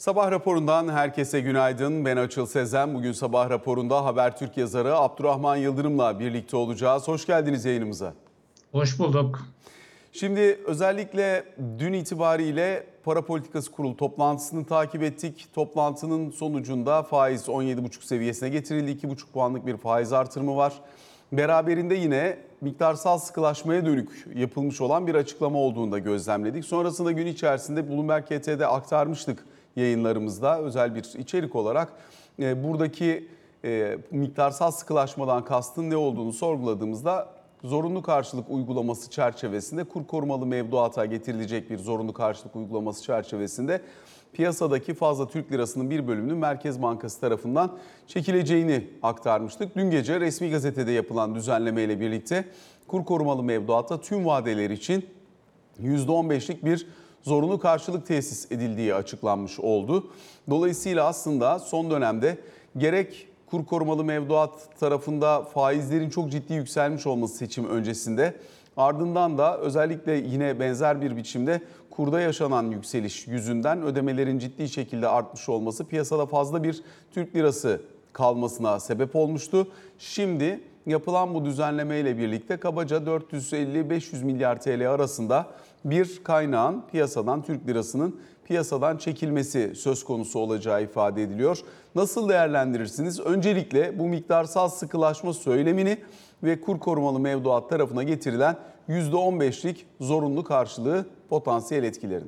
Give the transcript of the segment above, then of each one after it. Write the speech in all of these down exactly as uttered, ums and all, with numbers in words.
Sabah raporundan herkese günaydın. Ben Açıl Sezen. Bugün sabah raporunda Habertürk yazarı Abdurrahman Yıldırım'la birlikte olacağız. Hoş geldiniz yayınımıza. Hoş bulduk. Şimdi özellikle dün itibariyle Para Politikası Kurulu toplantısını takip ettik. Toplantının sonucunda faiz on yedi buçuk seviyesine getirildi. iki buçuk puanlık bir faiz artırımı var. Beraberinde yine miktarsal sıkılaşmaya dönük yapılmış olan bir açıklama olduğunu da gözlemledik. Sonrasında gün içerisinde Bloomberg K T'de aktarmıştık yayınlarımızda özel bir içerik olarak. E, buradaki e, miktarsal sıkılaşmadan kastın ne olduğunu sorguladığımızda zorunlu karşılık uygulaması çerçevesinde kur korumalı mevduata getirilecek bir zorunlu karşılık uygulaması çerçevesinde piyasadaki fazla Türk lirasının bir bölümünün Merkez Bankası tarafından çekileceğini aktarmıştık. Dün gece resmi gazetede yapılan düzenlemeyle birlikte kur korumalı mevduatta tüm vadeler için yüzde on beşlik bir zorunlu karşılık tesis edildiği açıklanmış oldu. Dolayısıyla aslında son dönemde gerek kur korumalı mevduat tarafında faizlerin çok ciddi yükselmiş olması seçim öncesinde, ardından da özellikle yine benzer bir biçimde kurda yaşanan yükseliş yüzünden ödemelerin ciddi şekilde artmış olması piyasada fazla bir Türk lirası kalmasına sebep olmuştu. Şimdi yapılan bu düzenlemeyle birlikte kabaca dört yüz elli beş yüz milyar T L arasında bir kaynağın piyasadan, Türk lirasının piyasadan çekilmesi söz konusu olacağı ifade ediliyor. Nasıl değerlendirirsiniz? Öncelikle bu miktarsal sıkılaşma söylemini ve kur korumalı mevduat tarafına getirilen yüzde on beşlik zorunlu karşılığı potansiyel etkilerini.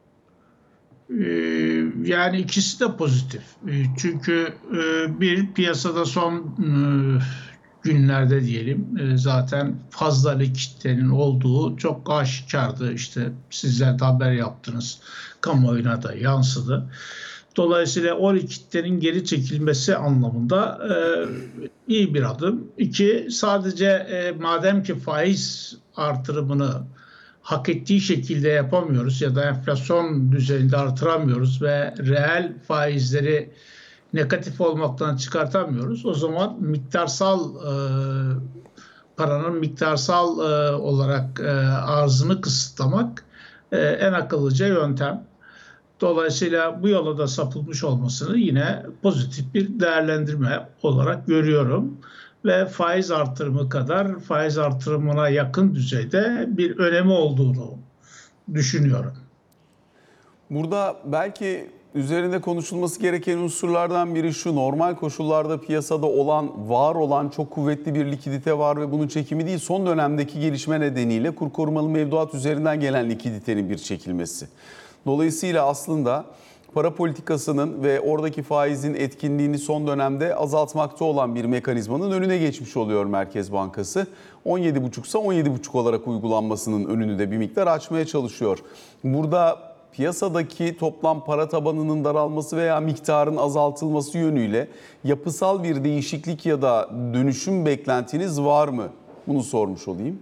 Yani ikisi de pozitif. Çünkü bir piyasada son günlerde diyelim zaten fazla likiditenin olduğu çok aşikardı. İşte sizler de haber yaptınız. Kamuoyuna da yansıdı. Dolayısıyla o likiditenin geri çekilmesi anlamında e, iyi bir adım. İki, sadece e, madem ki faiz artırımını hak ettiği şekilde yapamıyoruz ya da enflasyon düzeyinde artıramıyoruz ve reel faizleri negatif olmaktan çıkartamıyoruz. O zaman miktarsal e, paranın miktarsal e, olarak e, arzını kısıtlamak e, en akıllıca yöntem. Dolayısıyla bu yola da sapılmış olmasını yine pozitif bir değerlendirme olarak görüyorum. Ve faiz artırımı kadar faiz artırımına yakın düzeyde bir önemi olduğunu düşünüyorum. Burada belki üzerinde konuşulması gereken unsurlardan biri şu: normal koşullarda piyasada olan, var olan çok kuvvetli bir likidite var ve bunun çekimi değil, son dönemdeki gelişme nedeniyle kur korumalı mevduat üzerinden gelen likiditenin bir çekilmesi. Dolayısıyla aslında para politikasının ve oradaki faizin etkinliğini son dönemde azaltmakta olan bir mekanizmanın önüne geçmiş oluyor Merkez Bankası. on yedi buçuk ise on yedi buçuk olarak uygulanmasının önünü de bir miktar açmaya çalışıyor. Burada piyasadaki toplam para tabanının daralması veya miktarın azaltılması yönüyle yapısal bir değişiklik ya da dönüşüm beklentiniz var mı? Bunu sormuş olayım.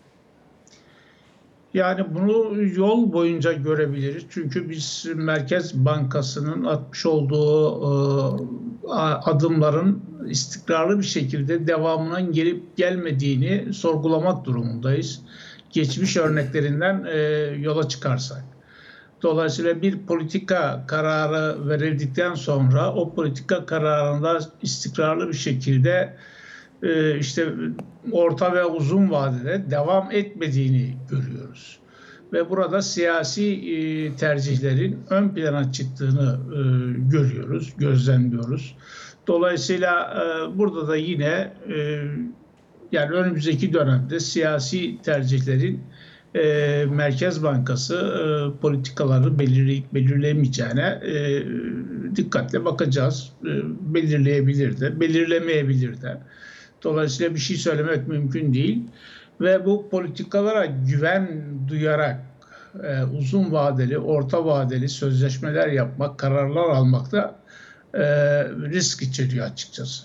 Yani bunu yol boyunca görebiliriz. Çünkü biz Merkez Bankası'nın atmış olduğu e, adımların istikrarlı bir şekilde devamının gelip gelmediğini sorgulamak durumundayız. Geçmiş örneklerinden e, yola çıkarsak. Dolayısıyla bir politika kararı verildikten sonra o politika kararında istikrarlı bir şekilde e, işte orta ve uzun vadede devam etmediğini görüyoruz. Ve burada siyasi e, tercihlerin ön plana çıktığını e, görüyoruz, gözlemliyoruz. Dolayısıyla e, burada da yine e, yani önümüzdeki dönemde siyasi tercihlerin e, Merkez Bankası e, politikaları belirleyip belirlemeyeceğine e, dikkatle bakacağız. E, belirleyebilir de, belirlemeyebilir de. Dolayısıyla bir şey söylemek mümkün değil. Ve bu politikalara güven duyarak e, uzun vadeli, orta vadeli sözleşmeler yapmak, kararlar almakta e, risk içeriyor açıkçası.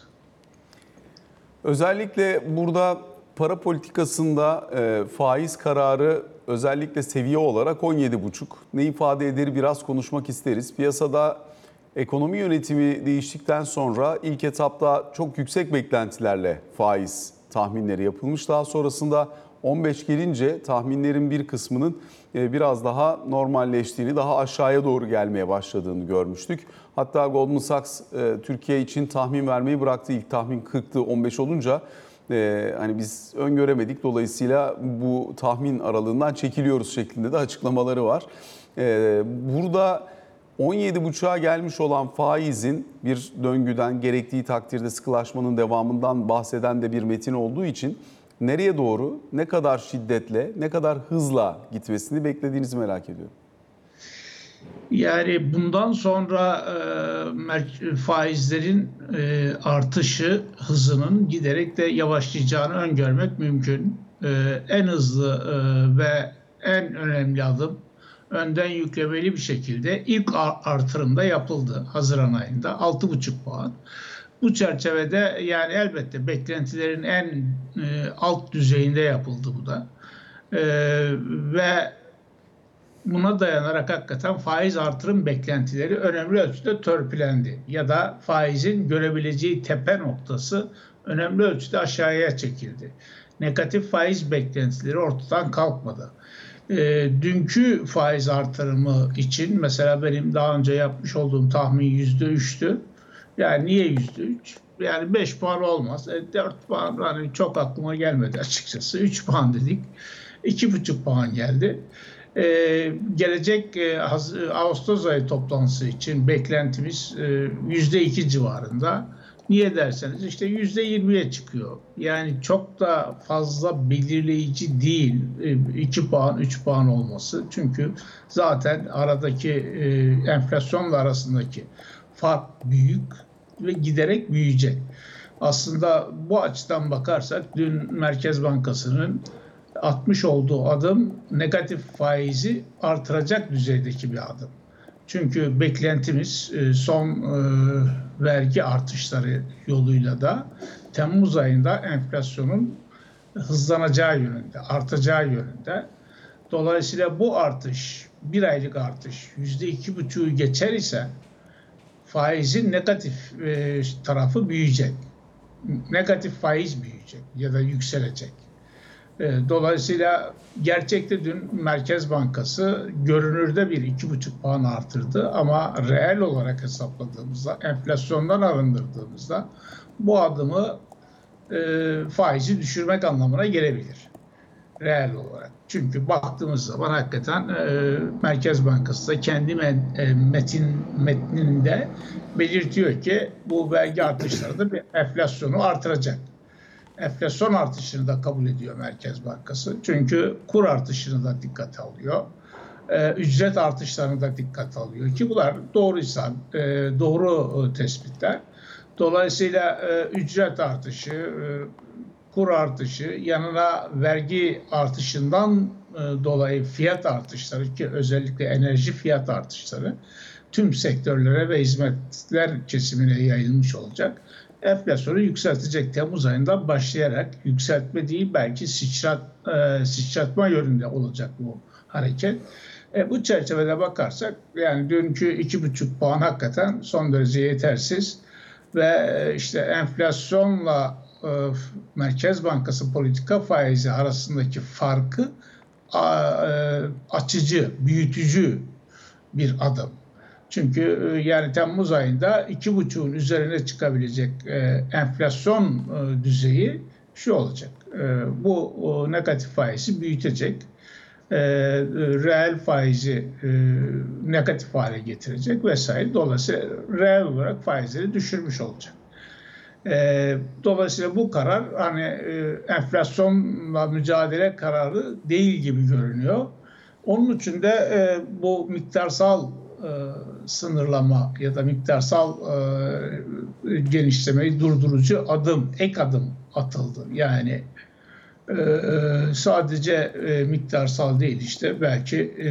Özellikle burada para politikasında e, faiz kararı özellikle seviye olarak on yedi buçuk. Ne ifade eder biraz konuşmak isteriz. Piyasada ekonomi yönetimi değiştikten sonra ilk etapta çok yüksek beklentilerle faiz tahminleri yapılmış. Daha sonrasında on beş gelince tahminlerin bir kısmının biraz daha normalleştiğini, daha aşağıya doğru gelmeye başladığını görmüştük. Hatta Goldman Sachs Türkiye için tahmin vermeyi bıraktı. İlk tahmin kırktı, on beş olunca hani biz öngöremedik. Dolayısıyla bu tahmin aralığından çekiliyoruz şeklinde de açıklamaları var. Burada on yedi buçuğa gelmiş olan faizin bir döngüden, gerektiği takdirde sıkılaşmanın devamından bahseden de bir metin olduğu için nereye doğru, ne kadar şiddetle, ne kadar hızla gitmesini beklediğinizi merak ediyorum. Yani bundan sonra e, faizlerin e, artışı hızının giderek de yavaşlayacağını öngörmek mümkün. E, en hızlı e, ve en önemli adım önden yüklemeli bir şekilde ilk artırımda yapıldı Haziran ayında altı buçuk puan. Bu çerçevede yani elbette beklentilerin en e, alt düzeyinde yapıldı bu da. E, ve buna dayanarak hakikaten faiz artırım beklentileri önemli ölçüde törpülendi. Ya da faizin görebileceği tepe noktası önemli ölçüde aşağıya çekildi. Negatif faiz beklentileri ortadan kalkmadı. E, dünkü faiz artırımı için mesela benim daha önce yapmış olduğum tahmin yüzde üçtü. Yani niye yüzde üç? Yani beş puan olmaz. E, dört puan hani çok aklıma gelmedi açıkçası. üç puan dedik. iki buçuk puan geldi. Ee, gelecek e, Ağustos ayı toplantısı için beklentimiz e, yüzde iki civarında. Niye derseniz işte yüzde yirmiye çıkıyor. Yani çok da fazla belirleyici değil e, iki puan, üç puan olması. Çünkü zaten aradaki e, enflasyonla arasındaki fark büyük ve giderek büyüyecek. Aslında bu açıdan bakarsak dün Merkez Bankası'nın atmış olduğu adım negatif faizi artıracak düzeydeki bir adım. Çünkü beklentimiz son vergi artışları yoluyla da Temmuz ayında enflasyonun hızlanacağı yönünde, artacağı yönünde. Dolayısıyla bu artış, bir aylık artış yüzde iki buçuğu geçer ise faizin negatif tarafı büyüyecek. Negatif faiz büyüyecek ya da yükselecek. Dolayısıyla gerçekte dün Merkez Bankası görünürde bir iki buçuk puan artırdı ama reel olarak hesapladığımızda, enflasyondan arındırdığımızda bu adımı e, faizi düşürmek anlamına gelebilir. Reel olarak. Çünkü baktığımız zaman hakikaten e, Merkez Bankası da kendi e, metin metninde belirtiyor ki bu vergi artışları da bir enflasyonu artıracak. Enflasyon artışını da kabul ediyor Merkez Bankası. Çünkü kur artışını da dikkate alıyor. Ee, ücret artışlarını da dikkate alıyor ki bunlar doğruysa e, doğru tespitler. Dolayısıyla e, ücret artışı, e, kur artışı, yanına vergi artışından e, dolayı fiyat artışları ki özellikle enerji fiyat artışları tüm sektörlere ve hizmetler kesimine yayılmış olacak. Enflasyonu yükseltecek. Temmuz ayından başlayarak yükseltme değil belki sıçrat, e, sıçratma yönünde olacak bu hareket. E, bu çerçevede bakarsak yani dünkü iki buçuk puan hakikaten son derece yetersiz ve e, işte enflasyonla e, Merkez Bankası politika faizi arasındaki farkı a, e, açıcı, büyütücü bir adım. Çünkü yani Temmuz ayında iki buçuğun üzerine çıkabilecek e, enflasyon e, düzeyi şu olacak. E, bu o, negatif faizi büyütecek. E, reel faizi e, negatif hale getirecek vesaire. Dolayısıyla reel olarak faizleri düşürmüş olacak. E, dolayısıyla bu karar hani e, enflasyonla mücadele kararı değil gibi görünüyor. Onun için de e, bu miktarsal E, sınırlama ya da miktarsal e, genişlemeyi durdurucu adım, ek adım atıldı. Yani e, sadece e, miktarsal değil işte belki e,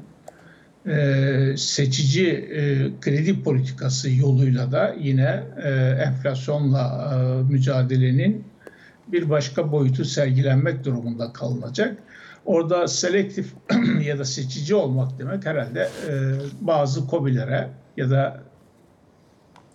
e, seçici e, kredi politikası yoluyla da yine e, enflasyonla e, mücadelenin bir başka boyutu sergilenmek durumunda kalınacak. Orada selektif ya da seçici olmak demek herhalde e, bazı KOBİ'lere ya da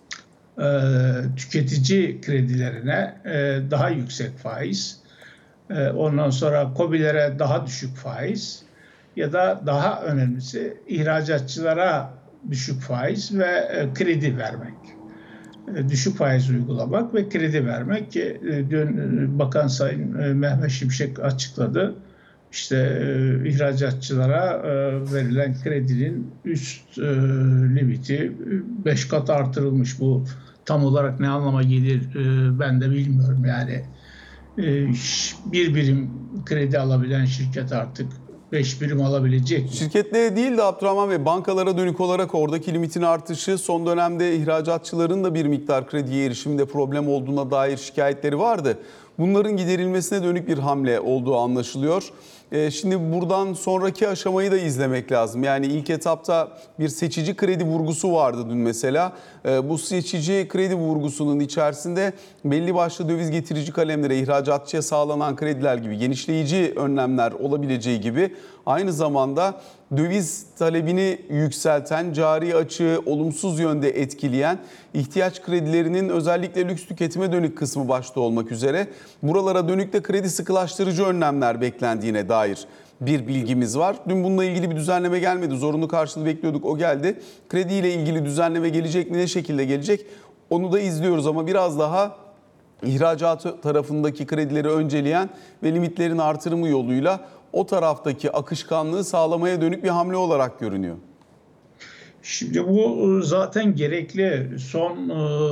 e, tüketici kredilerine e, daha yüksek faiz, Ondan sonra KOBİ'lere daha düşük faiz ya da daha önemlisi ihracatçılara düşük faiz ve kredi vermek. Düşük faiz uygulamak ve kredi vermek ki dün Bakan Sayın Mehmet Şimşek açıkladı. İşte ihracatçılara verilen kredinin üst limiti beş kat artırılmış. Bu tam olarak ne anlama gelir ben de bilmiyorum. Yani bir birim kredi alabilen şirket artık beş birim alabilecek mi? Şirketlere değil de Abdurrahman Bey, bankalara dönük olarak oradaki limitin artışı, son dönemde ihracatçıların da bir miktar krediye erişimde problem olduğuna dair şikayetleri vardı. Bunların giderilmesine dönük bir hamle olduğu anlaşılıyor. Şimdi buradan sonraki aşamayı da izlemek lazım. Yani ilk etapta bir seçici kredi vurgusu vardı dün mesela. Bu seçici kredi vurgusunun içerisinde belli başlı döviz getirici kalemlere, ihracatçıya sağlanan krediler gibi genişleyici önlemler olabileceği gibi aynı zamanda döviz talebini yükselten, cari açığı olumsuz yönde etkileyen ihtiyaç kredilerinin özellikle lüks tüketime dönük kısmı başta olmak üzere buralara dönük de kredi sıkılaştırıcı önlemler beklendiğine dair bir bilgimiz var. Dün bununla ilgili bir düzenleme gelmedi. Zorunlu karşılığı bekliyorduk, o geldi. Krediyle ilgili düzenleme gelecek mi, ne şekilde gelecek? Onu da izliyoruz ama biraz daha ihracat tarafındaki kredileri önceleyen ve limitlerin artırımı yoluyla o taraftaki akışkanlığı sağlamaya dönük bir hamle olarak görünüyor. Şimdi bu zaten gerekli. Son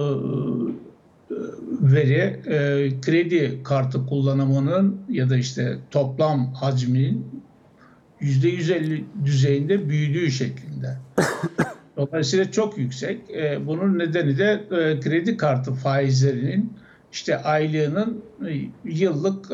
veri kredi kartı kullanımının ya da işte toplam hacminin yüzde yüz elli düzeyinde büyüdüğü şeklinde. Dolayısıyla çok yüksek. Bunun nedeni de kredi kartı faizlerinin işte aylığının yıllık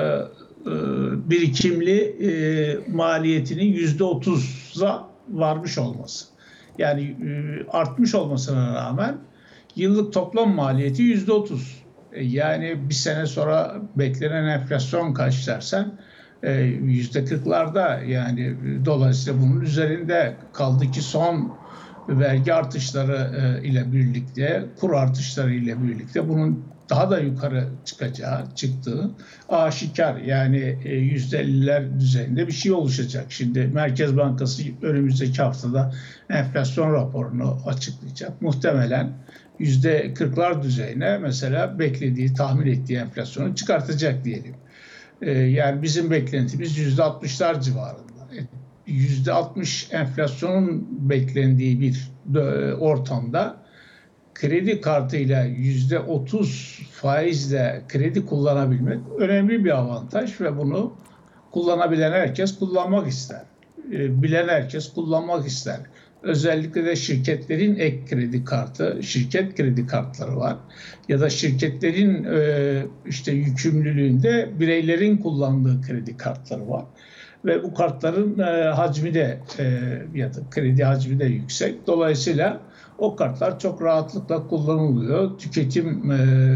birikimli maliyetinin yüzde otuza varmış olması. Yani artmış olmasına rağmen yıllık toplam maliyeti yüzde otuz. Yani bir sene sonra beklenen enflasyon kaç dersen yüzde kırklarda, yani dolayısıyla bunun üzerinde kaldı ki son vergi artışları ile birlikte, kur artışları ile birlikte bunun daha da yukarı çıkacağı, çıktığı aşikar. Yani yüzde elliler düzeyinde bir şey oluşacak. Şimdi Merkez Bankası önümüzdeki haftada enflasyon raporunu açıklayacak. Muhtemelen yüzde kırklar düzeyine mesela beklediği, tahmin ettiği enflasyonu çıkartacak diyelim. Yani bizim beklentimiz yüzde altmışlar civarında. yüzde altmış enflasyonun beklendiği bir ortamda kredi kartıyla yüzde otuz faizle kredi kullanabilmek önemli bir avantaj ve bunu kullanabilen herkes kullanmak ister. Bilen herkes kullanmak ister. Özellikle de şirketlerin ek kredi kartı, şirket kredi kartları var. Ya da şirketlerin işte yükümlülüğünde bireylerin kullandığı kredi kartları var. Ve bu kartların hacmi de ya da kredi hacmi de yüksek. Dolayısıyla o kartlar çok rahatlıkla kullanılıyor. Tüketim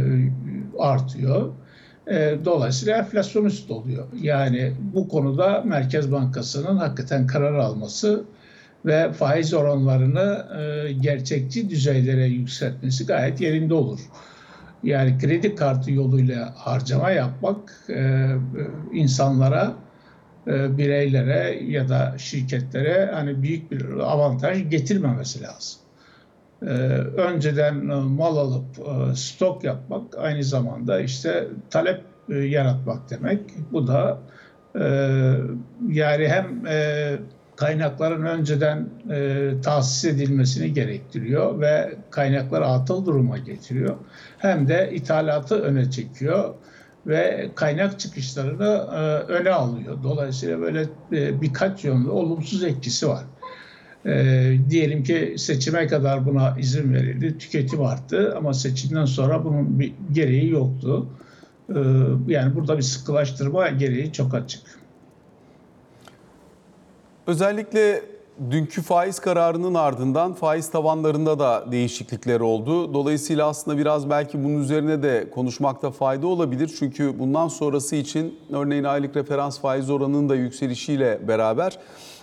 artıyor. Dolayısıyla enflasyonist oluyor. Yani bu konuda Merkez Bankası'nın hakikaten karar alması ve faiz oranlarını gerçekçi düzeylere yükseltmesi gayet yerinde olur. Yani kredi kartı yoluyla harcama yapmak insanlara, bireylere ya da şirketlere hani büyük bir avantaj getirmemesi lazım. Önceden mal alıp stok yapmak aynı zamanda işte talep yaratmak demek. Bu da yani hem kaynakların önceden tahsis edilmesini gerektiriyor ve kaynakları atıl duruma getiriyor. Hem de ithalatı öne çekiyor ve kaynak çıkışlarını öne alıyor. Dolayısıyla böyle birkaç yönlü olumsuz etkisi var. E, diyelim ki seçime kadar buna izin verildi, tüketim arttı ama seçimden sonra bunun bir gereği yoktu. E, yani burada bir sıkılaştırma gereği çok açık. Özellikle dünkü faiz kararının ardından faiz tavanlarında da değişiklikler oldu. Dolayısıyla aslında biraz belki bunun üzerine de konuşmakta fayda olabilir. Çünkü bundan sonrası için örneğin aylık referans faiz oranının da yükselişiyle beraber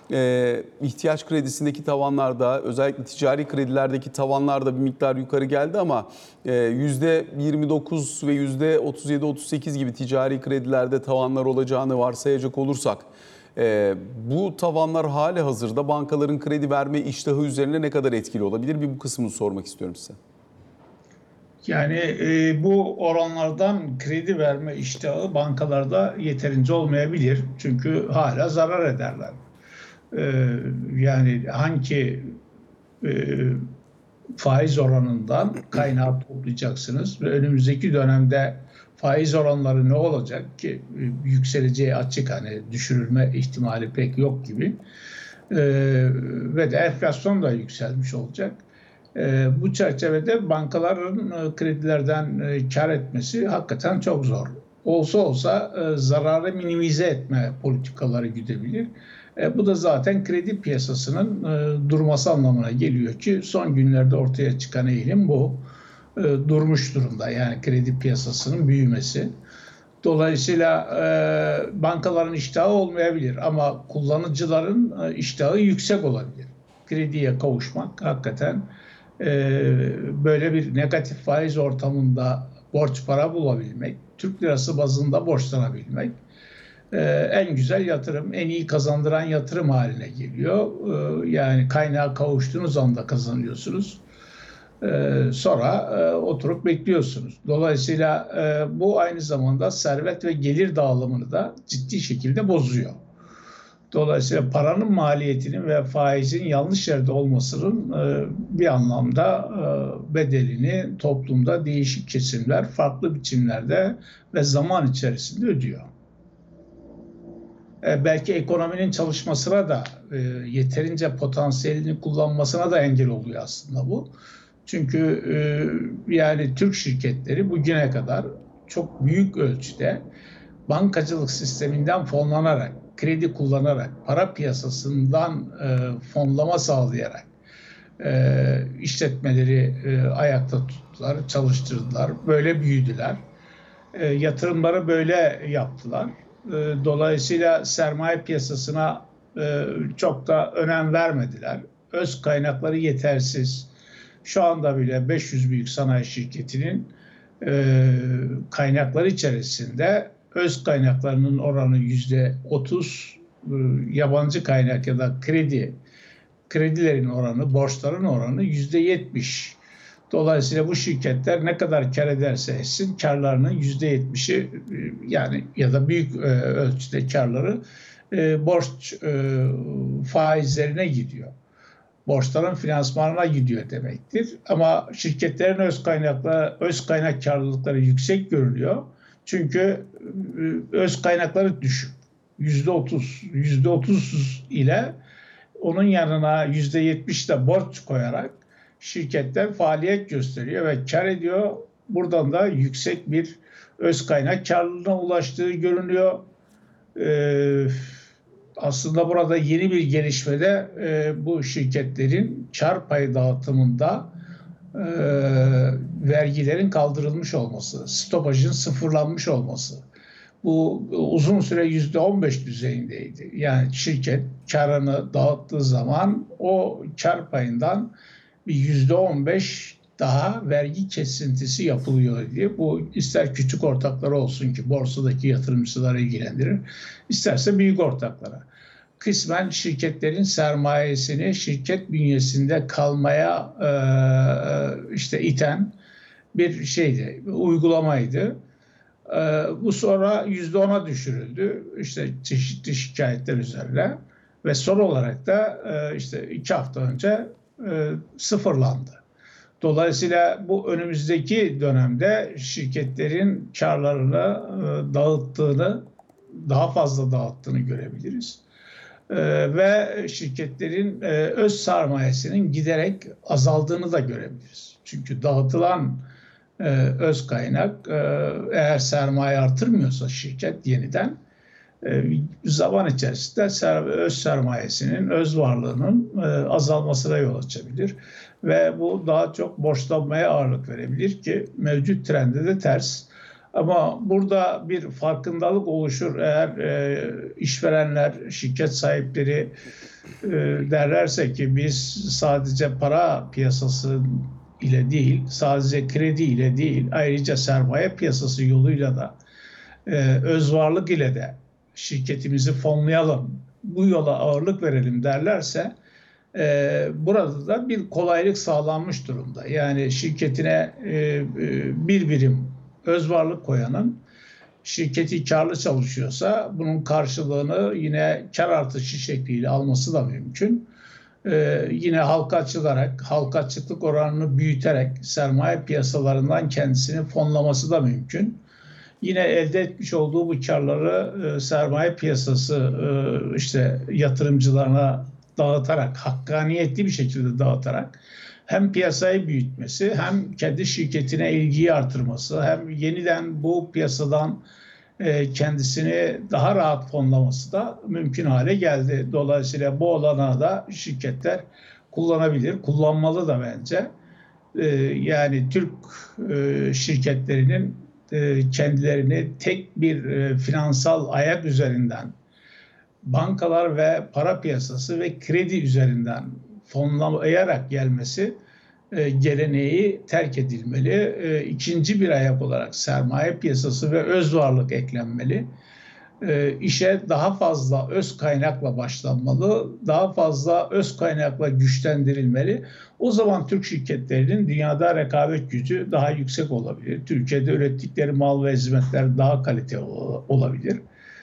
e, ihtiyaç kredisindeki tavanlarda, özellikle ticari kredilerdeki tavanlarda bir miktar yukarı geldi ama e, yüzde yirmi dokuz ve yüzde otuz yedi otuz sekiz gibi ticari kredilerde tavanlar olacağını varsayacak olursak e, bu tavanlar hali hazırda bankaların kredi verme iştahı üzerine ne kadar etkili olabilir? Bir bu kısmını sormak istiyorum size. Yani e, bu oranlardan kredi verme iştahı bankalarda yeterince olmayabilir. Çünkü hala zarar ederler. E, yani hangi e, faiz oranından kaynağı toplayacaksınız ve önümüzdeki dönemde faiz oranları ne olacak ki e, yükseleceği açık, hani düşürülme ihtimali pek yok gibi. E, ve de enflasyon da yükselmiş olacak. E, bu çerçevede bankaların e, kredilerden e, kar etmesi hakikaten çok zor. Olsa olsa e, zararı minimize etme politikaları güdebilir. E, bu da zaten kredi piyasasının e, durması anlamına geliyor ki son günlerde ortaya çıkan eğilim bu. E, durmuş durumda, yani kredi piyasasının büyümesi. Dolayısıyla e, bankaların iştahı olmayabilir ama kullanıcıların e, iştahı yüksek olabilir. Krediye kavuşmak hakikaten e, böyle bir negatif faiz ortamında borç para bulabilmek, Türk lirası bazında borçlanabilmek e, en güzel yatırım, en iyi kazandıran yatırım haline geliyor. E, yani kaynağa kavuştuğunuz anda kazanıyorsunuz. Ee, sonra e, oturup bekliyorsunuz. Dolayısıyla e, bu aynı zamanda servet ve gelir dağılımını da ciddi şekilde bozuyor. Dolayısıyla paranın maliyetinin ve faizin yanlış yerde olmasının e, bir anlamda e, bedelini toplumda değişik kesimler farklı biçimlerde ve zaman içerisinde ödüyor. E, belki ekonominin çalışmasına da e, yeterince potansiyelini kullanmasına da engel oluyor aslında bu. Çünkü e, yani Türk şirketleri bugüne kadar çok büyük ölçüde bankacılık sisteminden fonlanarak, kredi kullanarak, para piyasasından e, fonlama sağlayarak e, işletmeleri e, ayakta tuttular, çalıştırdılar, böyle büyüdüler. E, yatırımları böyle yaptılar. E, dolayısıyla sermaye piyasasına e, çok da önem vermediler. Öz kaynakları yetersiz. Şu anda bile beş yüz büyük sanayi şirketinin e, kaynakları içerisinde öz kaynaklarının oranı yüzde otuz, e, yabancı kaynak ya da kredi, kredilerin oranı, borçların oranı yüzde yetmiş. Dolayısıyla bu şirketler ne kadar kar ederse etsin karlarının yüzde yetmişi e, yani ya da büyük e, ölçüde karları e, borç e, faizlerine gidiyor. Borçların finansmanına gidiyor demektir. Ama şirketlerin öz kaynakları, öz kaynak karlılıkları yüksek görülüyor. Çünkü öz kaynakları düşük. yüzde otuz, yüzde otuz ile onun yanına yüzde yetmiş de borç koyarak şirketler faaliyet gösteriyor ve kar ediyor. Buradan da yüksek bir öz kaynak karlılığına ulaştığı görünüyor. Ee, Aslında burada yeni bir gelişmede e, bu şirketlerin kar payı dağıtımında e, vergilerin kaldırılmış olması, stopajın sıfırlanmış olması. Bu uzun süre yüzde on beş düzeyindeydi. Yani şirket karını dağıttığı zaman o kar payından bir yüzde on beş daha vergi kesintisi yapılıyor diye. Bu ister küçük ortakları olsun ki borsadaki yatırımcıları ilgilendirir, isterse büyük ortaklara. Kısmen şirketlerin sermayesini şirket bünyesinde kalmaya e, işte iten bir şeydi, bir uygulamaydı. E, bu sonra yüzde ona düşürüldü. İşte çeşitli şikayetler üzerine ve son olarak da e, işte iki hafta önce e, sıfırlandı. Dolayısıyla bu önümüzdeki dönemde şirketlerin karlarını e, dağıttığını, daha fazla dağıttığını görebiliriz. E, ve şirketlerin e, öz sermayesinin giderek azaldığını da görebiliriz. Çünkü dağıtılan e, öz kaynak e, eğer sermaye artırmıyorsa şirket yeniden e, zaman içerisinde ser, öz sermayesinin, öz varlığının e, azalmasına yol açabilir. Ve bu daha çok borçlanmaya ağırlık verebilir ki mevcut trende de ters. Ama burada bir farkındalık oluşur eğer e, işverenler, şirket sahipleri e, derlerse ki biz sadece para piyasası ile değil, sadece kredi ile değil, ayrıca sermaye piyasası yoluyla da e, öz varlık ile de şirketimizi fonlayalım, bu yola ağırlık verelim derlerse e, burada da bir kolaylık sağlanmış durumda. Yani şirketine e, e, bir birim öz varlık koyanın şirketi karlı çalışıyorsa bunun karşılığını yine kar artışı şekliyle alması da mümkün. Ee, yine halka açılarak, halka açıklık oranını büyüterek sermaye piyasalarından kendisini fonlaması da mümkün. Yine elde etmiş olduğu bu karları e, sermaye piyasası e, işte yatırımcılarına dağıtarak, hakkaniyetli bir şekilde dağıtarak hem piyasayı büyütmesi, hem kendi şirketine ilgiyi artırması, hem yeniden bu piyasadan e, kendisini daha rahat fonlaması da mümkün hale geldi. Dolayısıyla bu olanağı da şirketler kullanabilir, kullanmalı da bence. E, yani Türk e, şirketlerinin e, kendilerini tek bir e, finansal ayak üzerinden bankalar ve para piyasası ve kredi üzerinden fonlayarak gelmesi e, geleneği terk edilmeli. E, ikinci bir ayak olarak sermaye piyasası ve öz varlık eklenmeli. E, işe daha fazla öz kaynakla başlanmalı, daha fazla öz kaynakla güçlendirilmeli. O zaman Türk şirketlerinin dünyada rekabet gücü daha yüksek olabilir. Türkiye'de ürettikleri mal ve hizmetler daha kaliteli olabilir.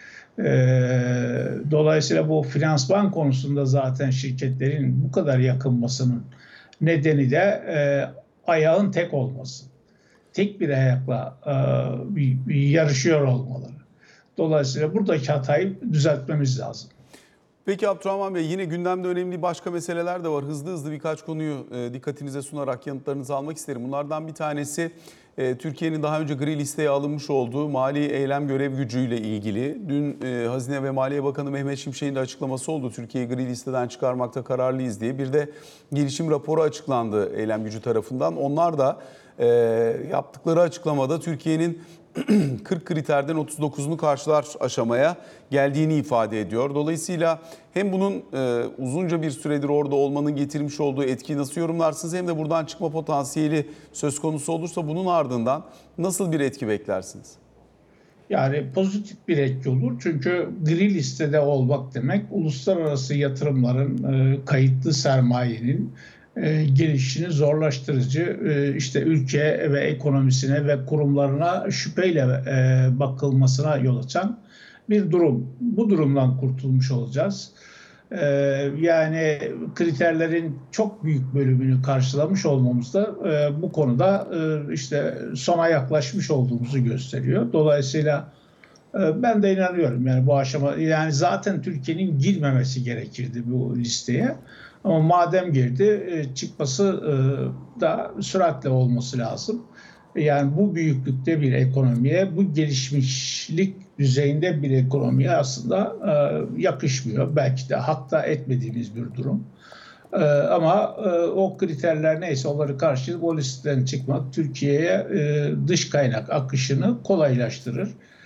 Dolayısıyla bu finansman konusunda zaten şirketlerin bu kadar yakınmasının nedeni de e, ayağın tek olması. Tek bir ayakla e, bir, bir yarışıyor olmaları. Dolayısıyla buradaki hatayı düzeltmemiz lazım. Peki Abdurrahman Bey, yine gündemde önemli başka meseleler de var. Hızlı hızlı birkaç konuyu e, dikkatinize sunarak yanıtlarınızı almak isterim. Bunlardan bir tanesi e, Türkiye'nin daha önce gri listeye alınmış olduğu mali eylem görev gücüyle ilgili. Dün e, Hazine ve Maliye Bakanı Mehmet Şimşek'in de açıklaması oldu. Türkiye'yi gri listeden çıkarmakta kararlıyız diye. Bir de gelişim raporu açıklandı eylem gücü tarafından. Onlar da e, yaptıkları açıklamada Türkiye'nin kırk kriterden otuz dokuzunu karşılar aşamaya geldiğini ifade ediyor. Dolayısıyla hem bunun e, uzunca bir süredir orada olmanın getirmiş olduğu etkiyi nasıl yorumlarsınız, hem de buradan çıkma potansiyeli söz konusu olursa bunun ardından nasıl bir etki beklersiniz? Yani pozitif bir etki olur. Çünkü gri listede olmak demek uluslararası yatırımların, e, kayıtlı sermayenin e, gelişini zorlaştırıcı, e, işte ülke ve ekonomisine ve kurumlarına şüpheyle e, bakılmasına yol açan bir durum. Bu durumdan kurtulmuş olacağız. E, yani kriterlerin çok büyük bölümünü karşılamış olmamız da e, bu konuda e, işte sona yaklaşmış olduğumuzu gösteriyor. Dolayısıyla e, ben de inanıyorum yani bu aşama, yani zaten Türkiye'nin girmemesi gerekirdi bu listeye. Ama madem girdi, çıkması da süratle olması lazım. Yani bu büyüklükte bir ekonomiye, bu gelişmişlik düzeyinde bir ekonomiye aslında yakışmıyor. Belki de hak da etmediğimiz bir durum. Ama o kriterler neyse onları karşılayıp o listeden çıkmak Türkiye'ye dış kaynak akışını kolaylaştırır.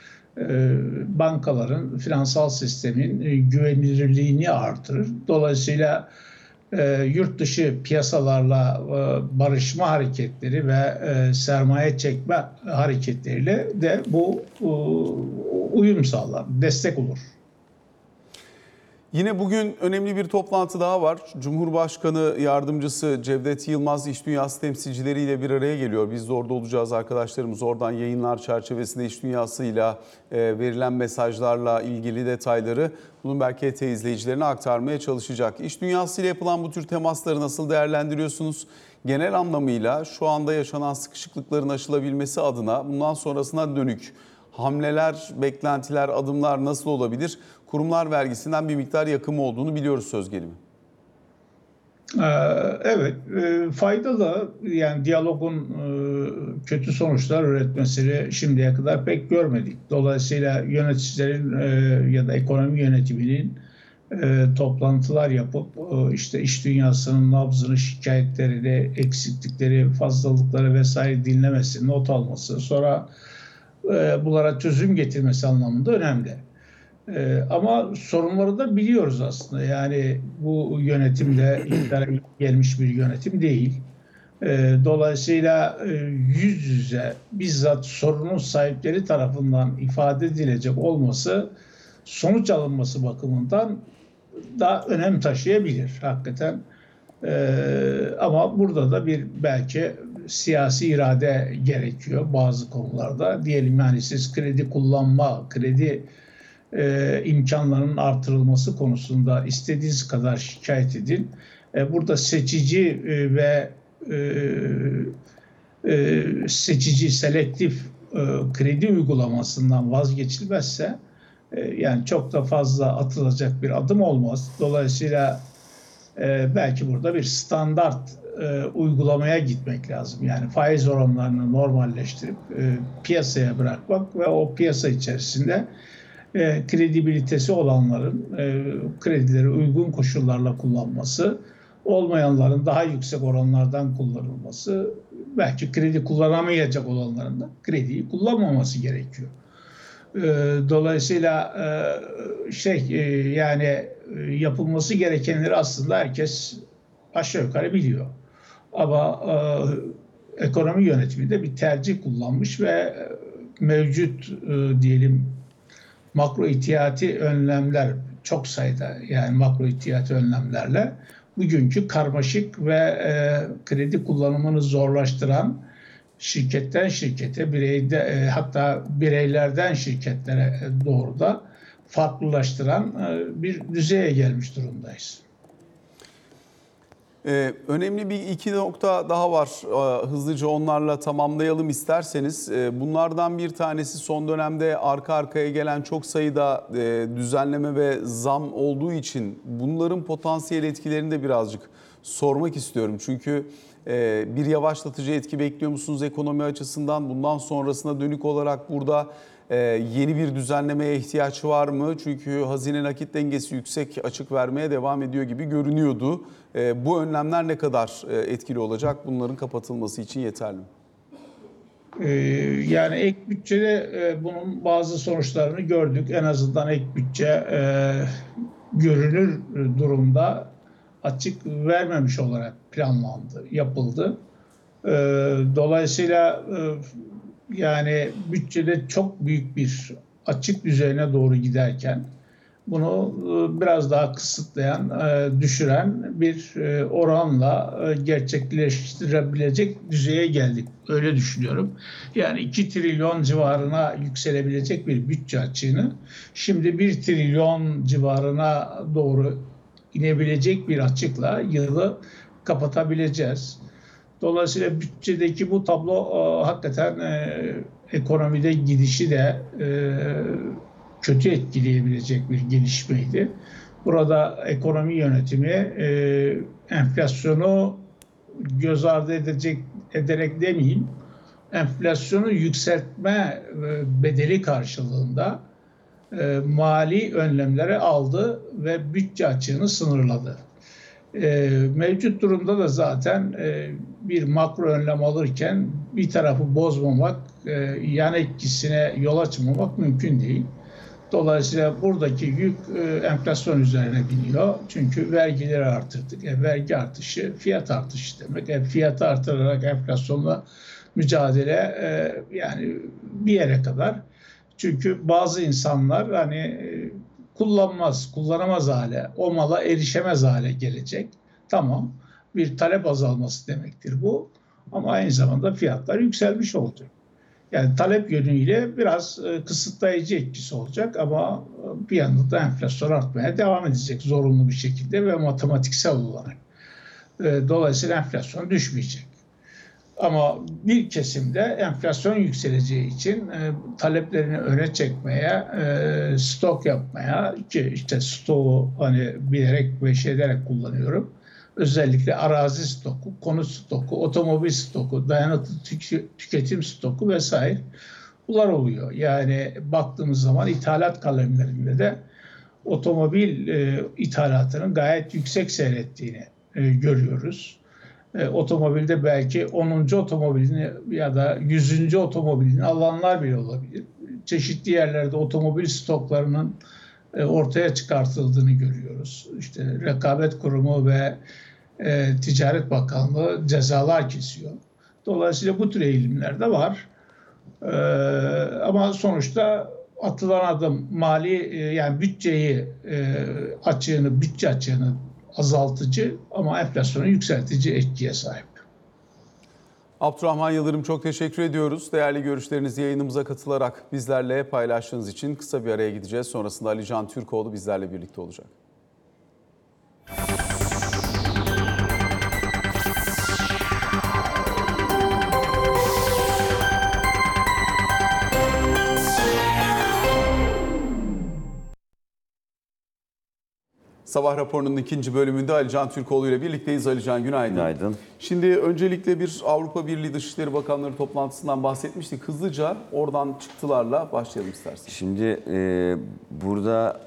Bankaların, finansal sistemin güvenilirliğini artırır. Dolayısıyla E, yurt dışı piyasalarla e, barışma hareketleri ve e, sermaye çekme hareketleriyle de bu e, uyum sağlar, destek olur. Yine bugün önemli bir toplantı daha var. Cumhurbaşkanı Yardımcısı Cevdet Yılmaz İş Dünyası temsilcileriyle bir araya geliyor. Biz de orada olacağız, arkadaşlarımız oradan yayınlar çerçevesinde iş dünyasıyla verilen mesajlarla ilgili detayları Bloomberg H T izleyicilerine aktarmaya çalışacak. İş dünyasıyla yapılan bu tür temasları nasıl değerlendiriyorsunuz? Genel anlamıyla şu anda yaşanan sıkışıklıkların aşılabilmesi adına bundan sonrasına dönük hamleler, beklentiler, adımlar nasıl olabilir? Kurumlar vergisinden bir miktar yakımı olduğunu biliyoruz söz gelimi. Evet, faydalı, yani diyalogun kötü sonuçlar üretmesini şimdiye kadar pek görmedik. Dolayısıyla yöneticilerin ya da ekonomi yönetiminin toplantılar yapıp işte iş dünyasının nabzını, şikayetlerini, eksiklikleri, fazlalıkları vesaire dinlemesi, not alması, sonra e, bunlara çözüm getirmesi anlamında önemli. E, ama sorunları da biliyoruz aslında. Yani bu yönetimde iktidara gelmiş bir yönetim değil. E, dolayısıyla e, yüz yüze bizzat sorunun sahipleri tarafından ifade edilecek olması, sonuç alınması bakımından daha önem taşıyabilir hakikaten. Ee, ama burada da bir belki siyasi irade gerekiyor bazı konularda. Diyelim yani siz kredi kullanma, kredi e, imkanlarının artırılması konusunda istediğiniz kadar şikayet edin. E, burada seçici e, ve e, e, seçici, selektif e, kredi uygulamasından vazgeçilmezse e, yani çok da fazla atılacak bir adım olmaz. Dolayısıyla e, belki burada bir standart e, uygulamaya gitmek lazım. Yani faiz oranlarını normalleştirip e, piyasaya bırakmak ve o piyasa içerisinde e, kredibilitesi olanların e, kredileri uygun koşullarla kullanması, olmayanların daha yüksek oranlardan kullanılması, belki kredi kullanamayacak olanların da krediyi kullanmaması gerekiyor. E, dolayısıyla e, şey e, yani e, yapılması gerekenleri aslında herkes aşağı yukarı biliyor. Ama e, ekonomi yönetimi de bir tercih kullanmış ve mevcut e, diyelim makro ihtiyati önlemler çok sayıda yani makro ihtiyati önlemlerle bugünkü karmaşık ve e, kredi kullanımını zorlaştıran şirketten şirkete, bireyde e, hatta bireylerden şirketlere doğru da farklılaştıran e, bir düzeye gelmiş durumdayız. Ee, önemli bir iki nokta daha var. Ee, hızlıca onlarla tamamlayalım isterseniz. Ee, bunlardan bir tanesi son dönemde arka arkaya gelen çok sayıda e, düzenleme ve zam olduğu için bunların potansiyel etkilerini de birazcık sormak istiyorum. Çünkü e, bir yavaşlatıcı etki bekliyor musunuz ekonomi açısından? Bundan sonrasına dönük olarak burada e, yeni bir düzenlemeye ihtiyaç var mı? Çünkü hazine nakit dengesi yüksek açık vermeye devam ediyor gibi görünüyordu. E, bu önlemler ne kadar e, etkili olacak? Bunların kapatılması için yeterli mi? Ee, yani ek bütçede e, bunun bazı sonuçlarını gördük. En azından ek bütçe e, görünür durumda açık vermemiş olarak planlandı, yapıldı. E, dolayısıyla e, yani bütçede çok büyük bir açık düzeyine doğru giderken bunu e, biraz daha kısıtlayan, e, düşüren bir e, oranla gerçekleştirebilecek düzeye geldik. Öyle düşünüyorum. Yani iki trilyon civarına yükselebilecek bir bütçe açığını şimdi bir trilyon civarına doğru inebilecek bir açıkla yılı kapatabileceğiz. Dolayısıyla bütçedeki bu tablo hakikaten ekonomide gidişi de kötü etkileyebilecek bir gelişmeydi. Burada ekonomi yönetimi e, enflasyonu göz ardı edecek ederek demeyeyim, enflasyonu yükseltme e, bedeli karşılığında e, mali önlemleri aldı ve bütçe açığını sınırladı. E, mevcut durumda da zaten e, bir makro önlem alırken bir tarafı bozmamak, e, yan etkisine yol açmamak mümkün değil. Dolayısıyla buradaki yük e, enflasyon üzerine biniyor. Çünkü vergileri artırdık. E, vergi artışı fiyat artışı demek. E, fiyatı artırarak enflasyonla mücadele e, yani bir yere kadar. Çünkü bazı insanlar hani e, kullanmaz, kullanamaz hale, o mala erişemez hale gelecek. Tamam, bir talep azalması demektir bu. Ama aynı zamanda fiyatlar yükselmiş olacak. Yani talep yönüyle biraz e, kısıtlayıcı etkisi olacak ama bir yandan da enflasyon artmaya devam edecek zorunlu bir şekilde ve matematiksel olarak. E, dolayısıyla enflasyon düşmeyecek. Ama bir kesimde enflasyon yükseleceği için e, taleplerini öne çekmeye, e, stok yapmaya, ki işte stoğu hani bilerek ve şey ederek kullanıyorum. Özellikle arazi stoku, konut stoku, otomobil stoku, dayanıklı tüketim stoku vesaire bunlar oluyor. Yani baktığımız zaman ithalat kalemlerinde de otomobil e, ithalatının gayet yüksek seyrettiğini e, görüyoruz. E, otomobilde belki onuncu otomobilini ya da yüzüncü otomobilini alanlar bile olabilir. Çeşitli yerlerde otomobil stoklarının e, ortaya çıkartıldığını görüyoruz. İşte Rekabet Kurumu ve e, Ticaret Bakanlığı cezalar kesiyor. Dolayısıyla bu tür eğilimler de var. E, ama sonuçta atılan adım mali e, yani bütçeyi e, açığını, bütçe açığını azaltıcı ama enflasyonu yükseltici etkiye sahip. Abdurrahman Yıldırım, çok teşekkür ediyoruz. Değerli görüşlerinizi yayınımıza katılarak bizlerle paylaştığınız için kısa bir araya gideceğiz. Sonrasında Ali Can Türkoğlu bizlerle birlikte olacak. Sabah raporunun ikinci bölümünde Ali Can Türkoğlu ile birlikteyiz. Ali Can, günaydın. Günaydın. Şimdi öncelikle bir Avrupa Birliği Dışişleri Bakanları toplantısından bahsetmiştik. Hızlıca oradan çıktılarla başlayalım istersen. Şimdi e, burada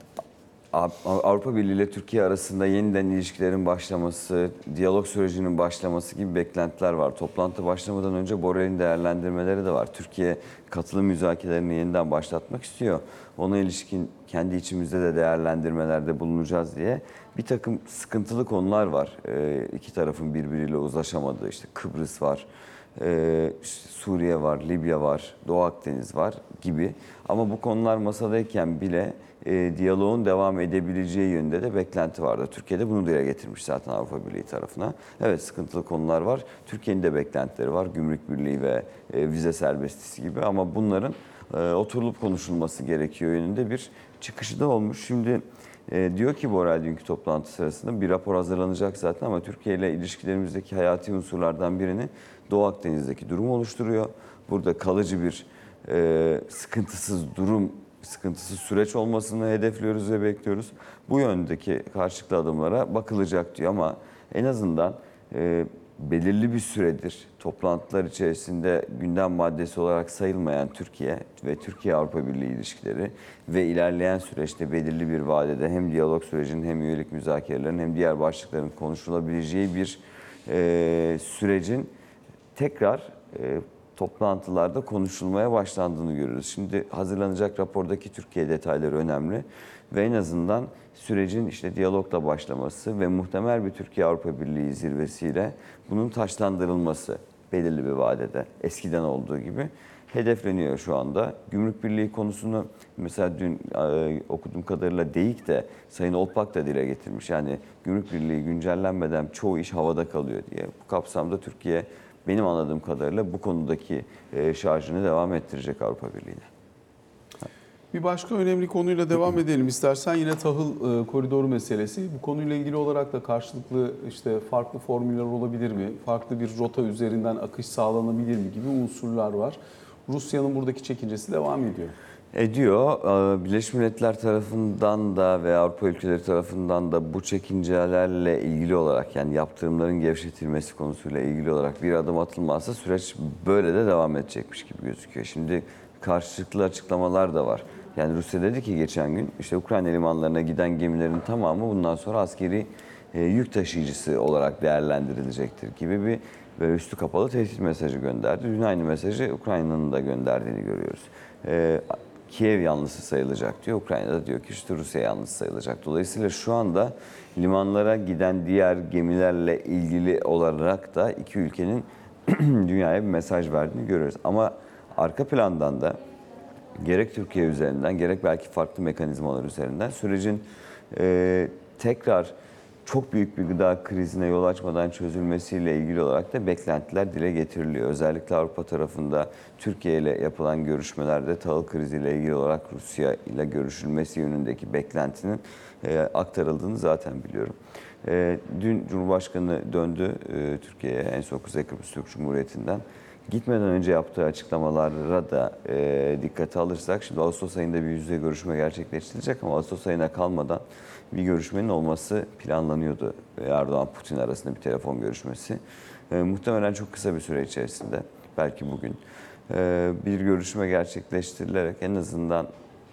Avrupa Birliği ile Türkiye arasında yeniden ilişkilerin başlaması, diyalog sürecinin başlaması gibi beklentiler var. Toplantı başlamadan önce Borrell'in değerlendirmeleri de var. Türkiye katılım müzakerelerini yeniden başlatmak istiyor. Ona ilişkin kendi içimizde de değerlendirmelerde bulunacağız diye bir takım sıkıntılı konular var. E, iki tarafın birbiriyle uzlaşamadığı, işte Kıbrıs var, e, işte Suriye var, Libya var, Doğu Akdeniz var gibi. Ama bu konular masadayken bile E, diyaloğun devam edebileceği yönünde de beklenti vardı. Türkiye de bunu dile getirmiş zaten Avrupa Birliği tarafına. Evet, sıkıntılı konular var. Türkiye'nin de beklentileri var. Gümrük Birliği ve e, vize serbestisi gibi. Ama bunların e, oturulup konuşulması gerekiyor yönünde bir çıkışı da olmuş. Şimdi e, diyor ki Borrell dünkü toplantı sırasında bir rapor hazırlanacak zaten ama Türkiye ile ilişkilerimizdeki hayati unsurlardan birini Doğu Akdeniz'deki durum oluşturuyor. Burada kalıcı bir e, sıkıntısız durum sıkıntısız süreç olmasını hedefliyoruz ve bekliyoruz. Bu yöndeki karşılıklı adımlara bakılacak diyor ama en azından e, belirli bir süredir toplantılar içerisinde gündem maddesi olarak sayılmayan Türkiye ve Türkiye-Avrupa Birliği ilişkileri ve ilerleyen süreçte belirli bir vadede hem diyalog sürecinin hem üyelik müzakerelerinin hem diğer başlıkların konuşulabileceği bir e, sürecin tekrar e, toplantılarda konuşulmaya başlandığını görüyoruz. Şimdi hazırlanacak rapordaki Türkiye detayları önemli ve en azından sürecin işte diyalogla başlaması ve muhtemel bir Türkiye-Avrupa Birliği zirvesiyle bunun taşlandırılması belirli bir vadede eskiden olduğu gibi hedefleniyor şu anda. Gümrük Birliği konusunu mesela dün e, okuduğum kadarıyla DEİK de Sayın Olpak da dile getirmiş. Yani Gümrük Birliği güncellenmeden çoğu iş havada kalıyor diye. Bu kapsamda Türkiye benim anladığım kadarıyla bu konudaki şarjını devam ettirecek Avrupa Birliği'ne. Bir başka önemli konuyla devam edelim istersen. Yine tahıl koridoru meselesi. Bu konuyla ilgili olarak da karşılıklı işte farklı formüller olabilir mi? Farklı bir rota üzerinden akış sağlanabilir mi gibi unsurlar var. Rusya'nın buradaki çekincesi devam ediyor. Ediyor. Birleşmiş Milletler tarafından da ve Avrupa ülkeleri tarafından da bu çekincelerle ilgili olarak yani yaptırımların gevşetilmesi konusuyla ilgili olarak bir adım atılmazsa süreç böyle de devam edecekmiş gibi gözüküyor. Şimdi karşılıklı açıklamalar da var. Yani Rusya dedi ki geçen gün işte Ukrayna limanlarına giden gemilerin tamamı bundan sonra askeri yük taşıyıcısı olarak değerlendirilecektir gibi bir böyle üstü kapalı tehdit mesajı gönderdi. Dün aynı mesajı Ukrayna'nın da gönderdiğini görüyoruz. Ee, Kiev yanlısı sayılacak diyor. Ukrayna'da diyor ki işte Rusya yanlısı sayılacak. Dolayısıyla şu anda limanlara giden diğer gemilerle ilgili olarak da iki ülkenin dünyaya bir mesaj verdiğini görüyoruz. Ama arka plandan da gerek Türkiye üzerinden gerek belki farklı mekanizmalar üzerinden sürecin e, tekrar çok büyük bir gıda krizine yol açmadan çözülmesiyle ilgili olarak da beklentiler dile getiriliyor. Özellikle Avrupa tarafında Türkiye ile yapılan görüşmelerde tahıl kriziyle ilgili olarak Rusya ile görüşülmesi yönündeki beklentinin e, aktarıldığını zaten biliyorum. E, dün Cumhurbaşkanı döndü e, Türkiye'ye, en son Kuzey Kıbrıs Türk Cumhuriyeti'nden. Gitmeden önce yaptığı açıklamalara da e, dikkate alırsak, şimdi Ağustos ayında bir yüz yüze görüşme gerçekleştirilecek ama Ağustos ayına kalmadan bir görüşmenin olması planlanıyordu. Erdoğan-Putin arasında bir telefon görüşmesi. E, muhtemelen çok kısa bir süre içerisinde, belki bugün, e, bir görüşme gerçekleştirilerek en azından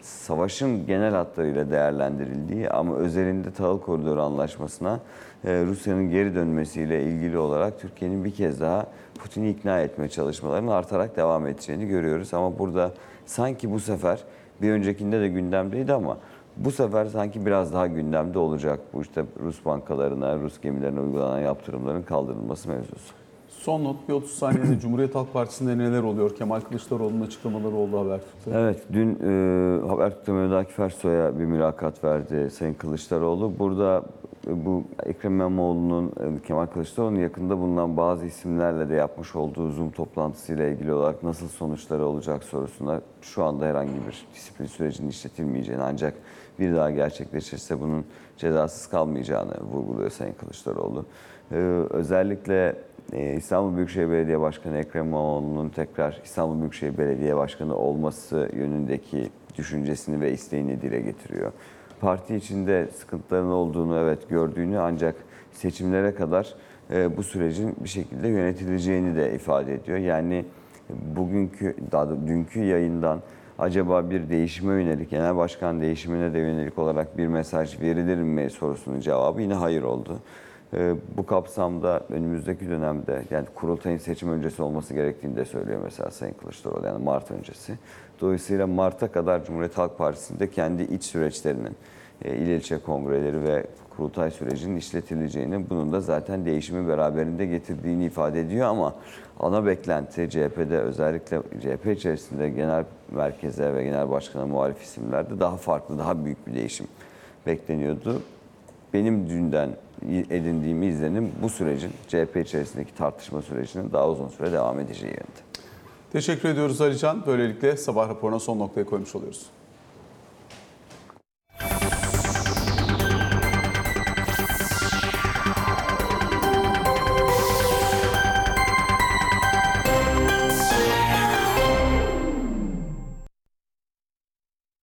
savaşın genel hatlarıyla değerlendirildiği ama özelinde tahıl koridoru anlaşmasına e, Rusya'nın geri dönmesiyle ilgili olarak Türkiye'nin bir kez daha Putin'i ikna etme çalışmalarının artarak devam edeceğini görüyoruz. Ama burada sanki bu sefer bir öncekinde de gündemdeydi ama bu sefer sanki biraz daha gündemde olacak bu işte Rus bankalarına, Rus gemilerine uygulanan yaptırımların kaldırılması mevzusu. Son not bir otuz saniyede Cumhuriyet Halk Partisi'nde neler oluyor? Kemal Kılıçdaroğlu'nun açıklamaları oldu Habertürk'te. Evet, dün e, Habertürk'te Mehmet Akif Ersoy'a bir mülakat verdi Sayın Kılıçdaroğlu. Burada e, bu Ekrem İmamoğlu'nun, e, Kemal Kılıçdaroğlu'nun yakında bulunan bazı isimlerle de yapmış olduğu Zoom toplantısıyla ilgili olarak nasıl sonuçları olacak sorusuna şu anda herhangi bir disiplin sürecinin işletilmeyeceğini ancak bir daha gerçekleşirse bunun cezasız kalmayacağını vurguluyor Sayın Kılıçdaroğlu. E, özellikle İstanbul Büyükşehir Belediye Başkanı Ekrem İmamoğlu'nun tekrar İstanbul Büyükşehir Belediye Başkanı olması yönündeki düşüncesini ve isteğini dile getiriyor. Parti içinde sıkıntıların olduğunu evet gördüğünü ancak seçimlere kadar bu sürecin bir şekilde yönetileceğini de ifade ediyor. Yani bugünkü, daha da dünkü yayından acaba bir değişime yönelik, genel başkan değişimine de yönelik olarak bir mesaj verilir mi sorusunun cevabı yine hayır oldu. Bu kapsamda önümüzdeki dönemde yani kurultayın seçim öncesi olması gerektiğini de söylüyor mesela Sayın Kılıçdaroğlu yani Mart öncesi. Dolayısıyla Mart'a kadar Cumhuriyet Halk Partisi'nde kendi iç süreçlerinin, il ilçe kongreleri ve kurultay sürecinin işletileceğini, bunun da zaten değişimi beraberinde getirdiğini ifade ediyor ama ana beklenti C H P'de özellikle C H P içerisinde genel merkeze ve genel başkana muhalif isimlerde daha farklı, daha büyük bir değişim bekleniyordu. Benim dünden edindiğim izlenim bu sürecin C H P içerisindeki tartışma sürecinin daha uzun süre devam edeceği yönünde. Teşekkür ediyoruz Alican. Böylelikle sabah raporuna son noktaya koymuş oluyoruz.